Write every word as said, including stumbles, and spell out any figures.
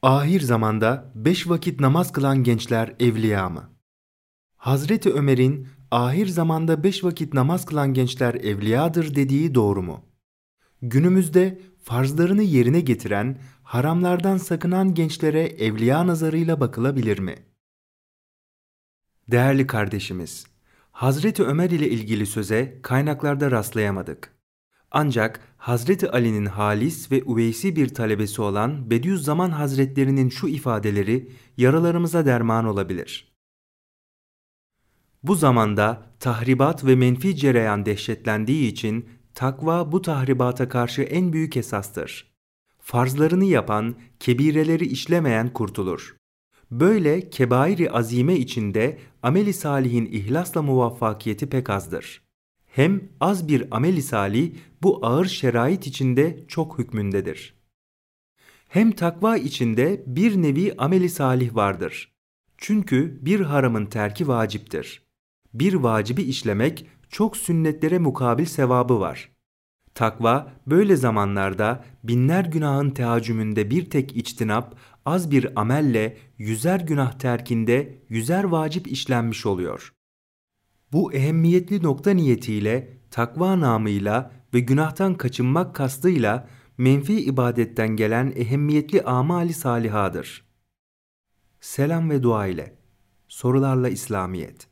Ahir zamanda beş vakit namaz kılan gençler evliya mı? Hazreti Ömer'in ahir zamanda beş vakit namaz kılan gençler evliyadır dediği doğru mu? Günümüzde farzlarını yerine getiren, haramlardan sakınan gençlere evliya nazarıyla bakılabilir mi? Değerli kardeşimiz, Hazreti Ömer ile ilgili söze kaynaklarda rastlayamadık. Ancak Hazreti Ali'nin halis ve üveysi bir talebesi olan Bediüzzaman Hazretlerinin şu ifadeleri yaralarımıza derman olabilir. Bu zamanda tahribat ve menfi cereyan dehşetlendiği için takva bu tahribata karşı en büyük esastır. Farzlarını yapan, kebireleri işlemeyen kurtulur. Böyle kebair-i azime içinde amel-i salihin ihlasla muvaffakiyeti pek azdır. Hem az bir amel-i salih bu ağır şerait içinde çok hükmündedir. Hem takva içinde bir nevi amel-i salih vardır. Çünkü bir haramın terki vaciptir. Bir vacibi işlemek çok sünnetlere mukabil sevabı var. Takva böyle zamanlarda binler günahın teacümünde bir tek içtinap, az bir amelle yüzer günah terkinde yüzer vacip işlenmiş oluyor. Bu ehemmiyetli nokta niyetiyle, takva namıyla ve günahtan kaçınmak kastıyla menfi ibadetten gelen ehemmiyetli amali salihadır. Selam ve dua ile. Sorularla İslamiyet.